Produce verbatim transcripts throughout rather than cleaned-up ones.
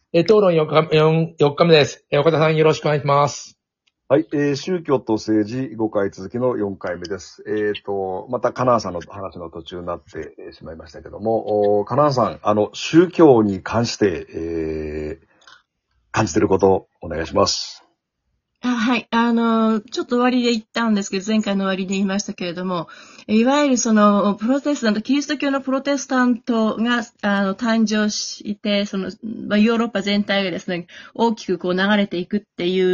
えー、討論よっか、よん、よっかめです。えー、岡田さんよろしくお願いします。 はい、えー、宗教と政治ごかい続きのよんかいめです。えっ、と、また、カナンさんの話の途中になってしまいましたけども、おカナンさん、あの、宗教に関して、えー、感じていることをお願いします。 あはい。あの、ちょっと終わりで言ったんですけど、前回の終わりで言いましたけれども、いわゆるその、プロテスタント、キリスト教のプロテスタントが、あの、誕生して、その、まあ、ヨーロッパ全体がですね、大きくこう流れていくっていう、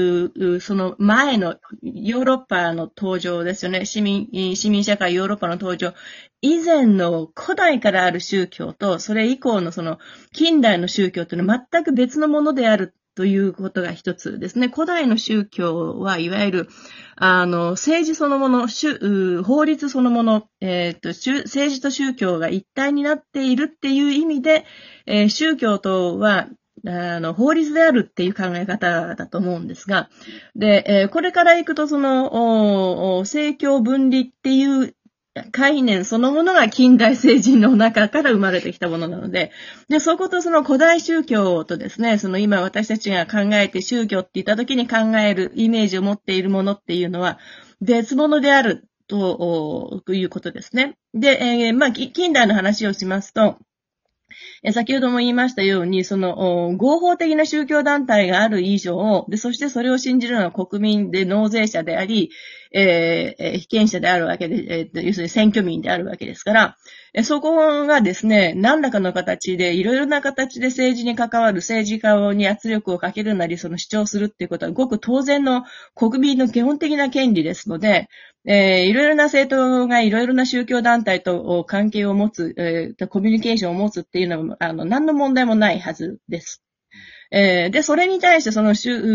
その前のヨーロッパの登場ですよね。市民、市民社会ヨーロッパの登場。以前の古代からある宗教と、それ以降のその近代の宗教っていうのは全く別のものであるということが一つですね。古代の宗教はいわゆる、あの、政治そのもの、法律そのもの、えっと、政治と宗教が一体になっているっていう意味で、えー、宗教とは、あの、法律であるっていう考え方だと思うんですが、で、えー、これから行くと、その、政教分離っていう概念そのものが近代政治の中から生まれてきたものなので、で、そことその古代宗教とですね、その今私たちが考えて宗教って言った時に考えるイメージを持っているものっていうのは別物であるということですね。で、えー、まあ、近代の話をしますと、先ほども言いましたように、その、合法的な宗教団体がある以上、で、そしてそれを信じるのは国民で納税者であり、えー、被験者であるわけで、えー、要するに選挙民であるわけですから、そこがですね、何らかの形で、いろいろな形で政治に関わる政治家に圧力をかけるなり、その主張するっていうことは、ごく当然の国民の基本的な権利ですので、えー、いろいろな政党がいろいろな宗教団体と関係を持つ、えー、コミュニケーションを持つっていうのは、あの、何の問題もないはずです。えー、で、それに対してその、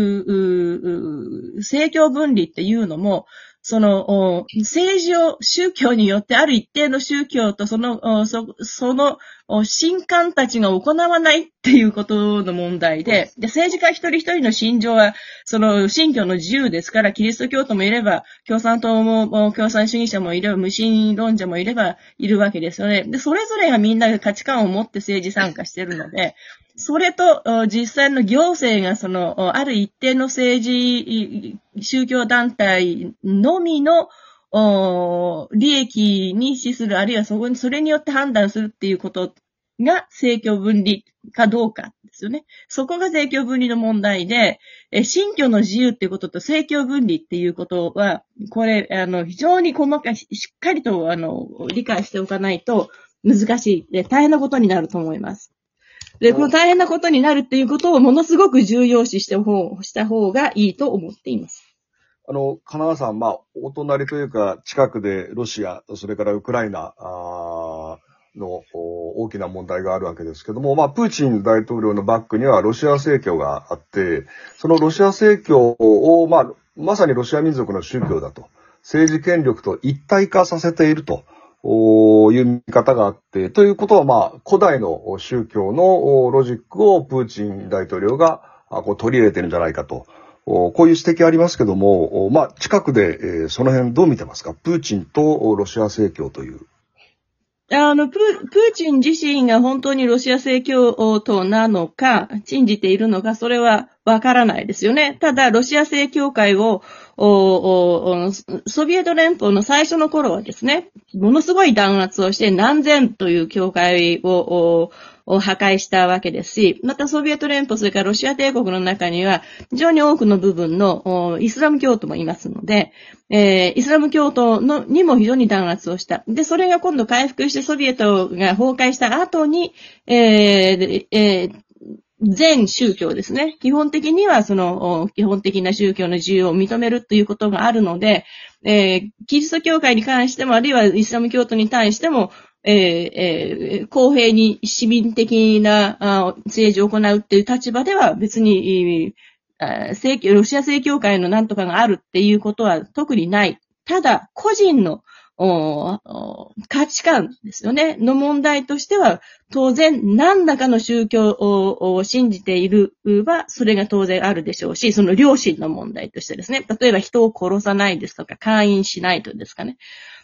政教分離っていうのも、その、政治を宗教によってある一定の宗教とその、そその、神官たちが行わないっていうことの問題で、で政治家一人一人の信条は、その、信教の自由ですから、キリスト教徒もいれば、共産党も、共産主義者もいれば、無神論者もいれば、いるわけですよね。で、それぞれがみんな価値観を持って政治参加しているので、それと、実際の行政がその、ある一定の政治、宗教団体のみの、利益に資する、あるいはそこに、それによって判断するっていうことが政教分離かどうかですよね。そこが政教分離の問題で、信教の自由っていうことと政教分離っていうことは、これ、あの、非常に細かい、しっかりと、あの、理解しておかないと難しい、で、大変なことになると思います。で、この大変なことになるっていうことをものすごく重要視した方、した方がいいと思っています。 あの、金川さん、まあ、お隣というか、近くでロシア、それからウクライナの大きな問題があるわけですけども、まあ、プーチン大統領のバックにはロシア正教があって、そのロシア正教を、まあ、まさにロシア民族の宗教だと、政治権力と一体化させていると。いう見方があって、ということは、まあ、古代の宗教のロジックをプーチン大統領がこう取り入れているんじゃないかと、こういう指摘ありますけども、まあ、近くでその辺どう見てますか？プーチンとロシア正教という。 あの、プー、プーチン自身が本当にロシア正教徒なのか、信じているのか、それはわからないですよね。ただ、ロシア正教会を、ソビエト連邦の最初の頃はですね、ものすごい弾圧をして何千という教会を、を破壊したわけですし、またソビエト連邦、それからロシア帝国の中には、非常に多くの部分のイスラム教徒もいますので、えー、イスラム教徒のにも非常に弾圧をした。で、それが今度回復してソビエトが崩壊した後に、えーえー全宗教ですね。基本的にはその基本的な宗教の自由を認めるということがあるので、えー、キリスト教会に関しても、あるいはイスラム教徒に対しても、えーえー、公平に市民的な政治を行うっていう立場では別に、ロシア正教会の何とかがあるっていうことは特にない。ただ、個人の価値観ですよね。の問題としては、当然何らかの宗教を信じているは、それが当然あるでしょうし、その良心の問題としてですね。例えば人を殺さないですとか、勧誘しないとですかね。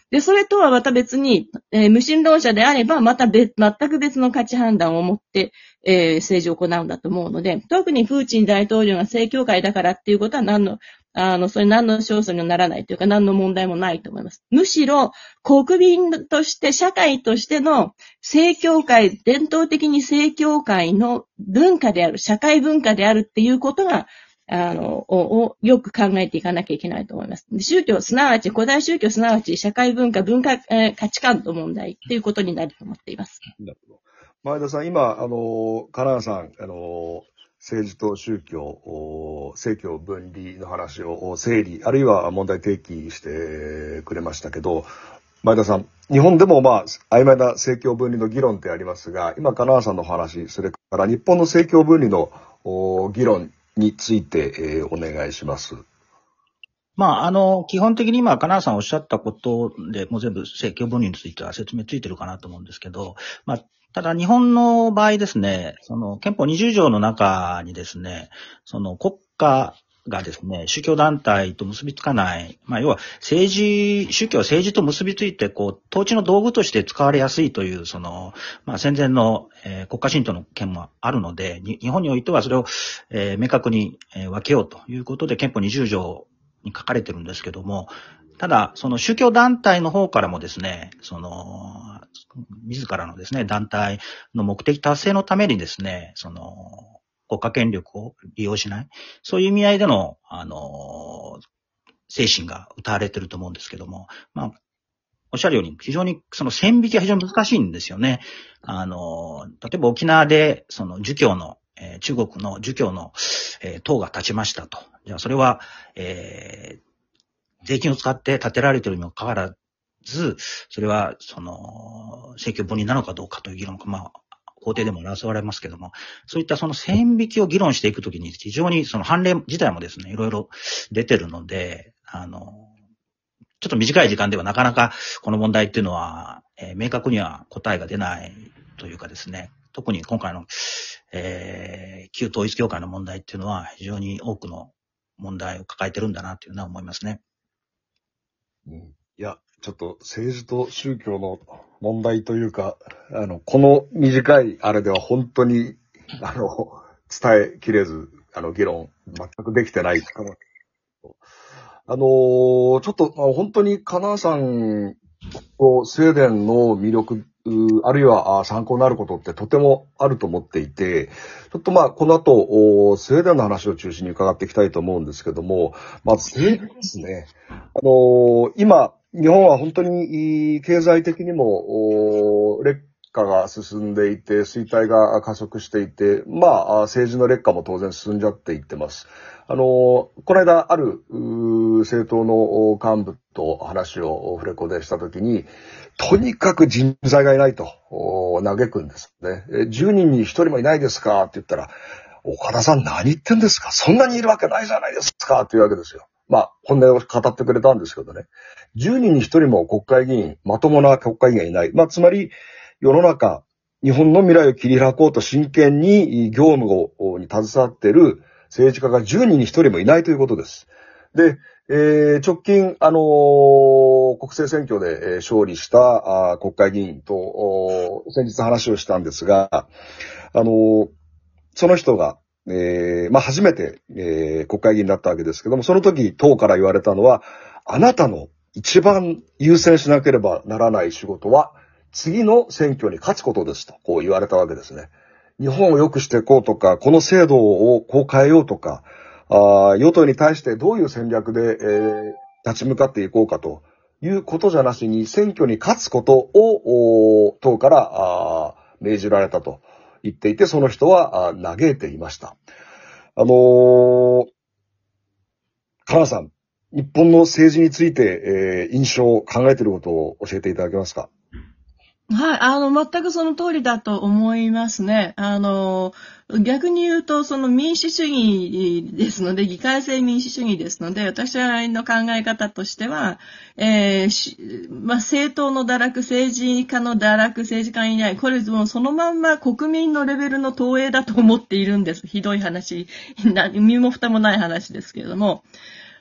で、それとはまた別に、えー無神論者であれば、また別、全く別の価値判断を持って、えー政治を行うんだと思うので、特にプーチン大統領が正教会だからっていうことは何の、あの、それ何の勝訴にもならないというか、何の問題もないと思います。むしろ、国民として、社会としての正教会、伝統的に正教会の文化である、社会文化であるっていうことが、あの、を、をよく考えていかなきゃいけないと思います。宗教、すなわち、古代宗教、すなわち、社会文化、文化、えー価値観の問題っていうことになると思っています。 なるほど。前田さん、今、あの、金谷さん、あの、政治と宗教、お政教分離の話を整理、あるいは問題提起してくれましたけど、前田さん、日本でもまあ、曖昧な政教分離の議論ってありますが、今、金谷さんのお話、それから日本の政教分離のお議論について、えーお願いします。 まあ、あの、基本的に今、金谷さんおっしゃったことで、もう全部政教分離については説明ついてるかなと思うんですけど、まあ、ただ日本の場合ですね、その憲法にじゅう条の中にですね、その国家がですね、宗教団体と結びつかない、まあ、要は政治、宗教は政治と結びついて、こう、統治の道具として使われやすいという、その、まあ、戦前の、えー国家神道の件もあるので、に日本においてはそれを、えー明確に、えー分けようということで、憲法にじゅう条に書かれてるんですけども、ただ、その宗教団体の方からもですね、その、自らのですね、団体の目的達成のためにですね、その、国家権力を利用しない、そういう意味合いでの、あの、精神が謳われてると思うんですけども、まあ、おっしゃるように、非常に、その線引きが非常に難しいんですよね。あの、例えば沖縄で、その、儒教の、えー中国の儒教の、えー党が立ちましたと。じゃあ、それは、えー税金を使って建てられているにもかかわらず、それは、その、政教分離なのかどうかという議論が、まあ、法廷でも争われますけども、そういったその線引きを議論していくときに、非常にその判例自体もですね、いろいろ出てるので、あの、ちょっと短い時間ではなかなかこの問題っていうのは、えー明確には答えが出ないというかですね、特に今回の、えー旧統一教会の問題っていうのは非常に多くの問題を抱えてるんだなというのは思いますね。 うんいや、ちょっと政治と宗教の問題というか、あの、この短いあれでは本当に、あの、伝えきれず、あの、議論、全くできてないかな。あのーちょっと、まあ本当に金谷さんとスウェーデンの魅力、うあるいはあ参考になることってとてもあると思っていて、ちょっとまあ、この後、おスウェーデンの話を中心に伺っていきたいと思うんですけども、まず政治ですね。あのー今、日本は本当にいい経済的にも、お劣化が進んでいて、衰退が加速していて、まあ、あ政治の劣化も当然進んじゃっていってます。あのーこの間、ある、うー政党のお幹部と話をオフレコでしたときに、とにかく人材がいないと、お嘆くんですね。えじゅうにんにひとりもいないですかって言ったら、岡田さん何言ってんですか、そんなにいるわけないじゃないですかっていうわけですよ。まあ、本音を語ってくれたんですけどね。じゅうにんにひとりも国会議員、まともな国会議員がいない。まあ、つまり、世の中、日本の未来を切り開こうと真剣に業務をに携わっている政治家がじゅうにんにひとりもいないということです。で、えー直近、あのー国政選挙で、えー勝利したあー国会議員と、おー先日話をしたんですが、あのーその人が、えーまあ、初めて、えー国会議員になったわけですけども、その時、党から言われたのは、あなたの一番優先しなければならない仕事は、次の選挙に勝つことですと、こう言われたわけですね。日本を良くしていこうとか、この制度をこう変えようとか、あー与党に対してどういう戦略で、えー立ち向かっていこうかということじゃなしに、選挙に勝つことを、お党からあー命じられたと言っていて、その人はあー嘆いていました。あのー、金谷さん、日本の政治について、えー印象、考えていることを教えていただけますか？ はい、あの、全くその通りだと思いますね。あの、逆に言うと、その民主主義ですので、議会制民主主義ですので、私の考え方としては、えーしまあ、政党の堕落、政治家の堕落、政治家いない、これもそのまんま国民のレベルの投影だと思っているんです。ひどい話、な身も蓋もない話ですけれども。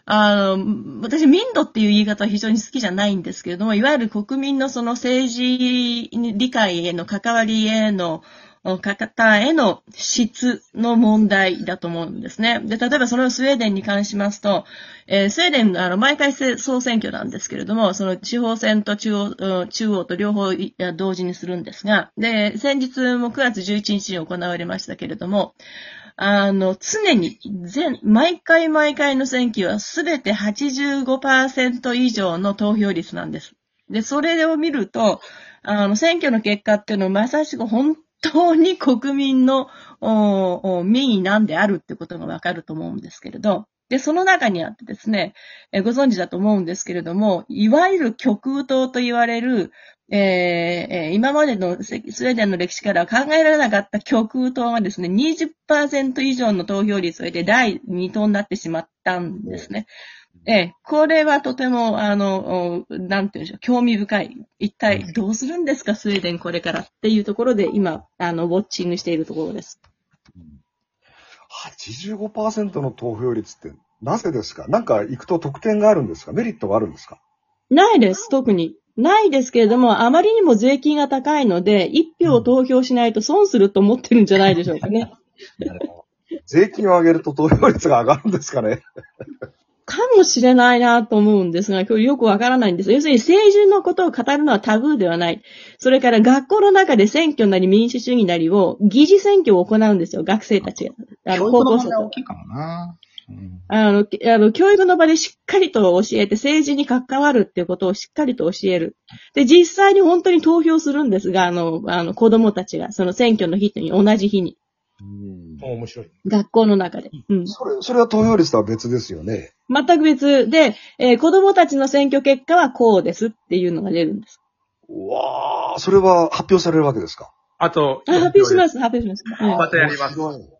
あの、私、民度っていう言い方は非常に好きじゃないんですけれども、いわゆる国民のその政治理解への関わりへの、方への質の問題だと思うんですね。で、例えばそれをスウェーデンに関しますと、えー、スウェーデン、あの、毎回総選挙なんですけれども、その地方選と中央、中央と両方同時にするんですが、で、先日もくがつじゅういちにちに行われましたけれども、あの、常に、全、毎回毎回の選挙はすべて はちじゅうごパーセント 以上の投票率なんです。で、それを見ると、あの、選挙の結果っていうのはまさしく本当に国民の民意なんであるってことがわかると思うんですけれど、で、その中にあってですね、えご存知だと思うんですけれども、いわゆる極右党と言われる、えー、今までのスウェーデンの歴史からは考えられなかった極右党がですね、にじゅっパーセント 以上の投票率を得てだいに党になってしまったんですね。ええ、これはとても、あの、なんていうんでしょう、興味深い。一体どうするんですか、スウェーデンこれからっていうところで、今、あの、ウォッチングしているところです。 はちじゅうごパーセント の投票率って、なぜですか？なんか行くと得点があるんですか？メリットがあるんですか？ ないです、特に。ないですけれども、あまりにも税金が高いので、一票投票しないと損すると思ってるんじゃないでしょうかね。 税金を上げると投票率が上がるんですかね。 かもしれないなと思うんですが、今日よくわからないんです。要するに政治のことを語るのはタブーではない。それから学校の中で選挙なり民主主義なりを疑似選挙を行うんですよ、学生たちが。 あの、高校生が大きいかもな。 うん、あの、あの、教育の場でしっかりと教えて、政治に関わるっていうことをしっかりと教える。で、実際に本当に投票するんですが、あの、あの、子供たちが、その選挙の日に同じ日に。 うん、面白い。 学校の中で。 うん。それ、それは投票率とは別ですよね。 全く別で、えー、子供たちの選挙結果はこうですっていうのが出るんです。 うわー、それは発表されるわけですか？ あと、 あ、発表します、発表します。 またやります。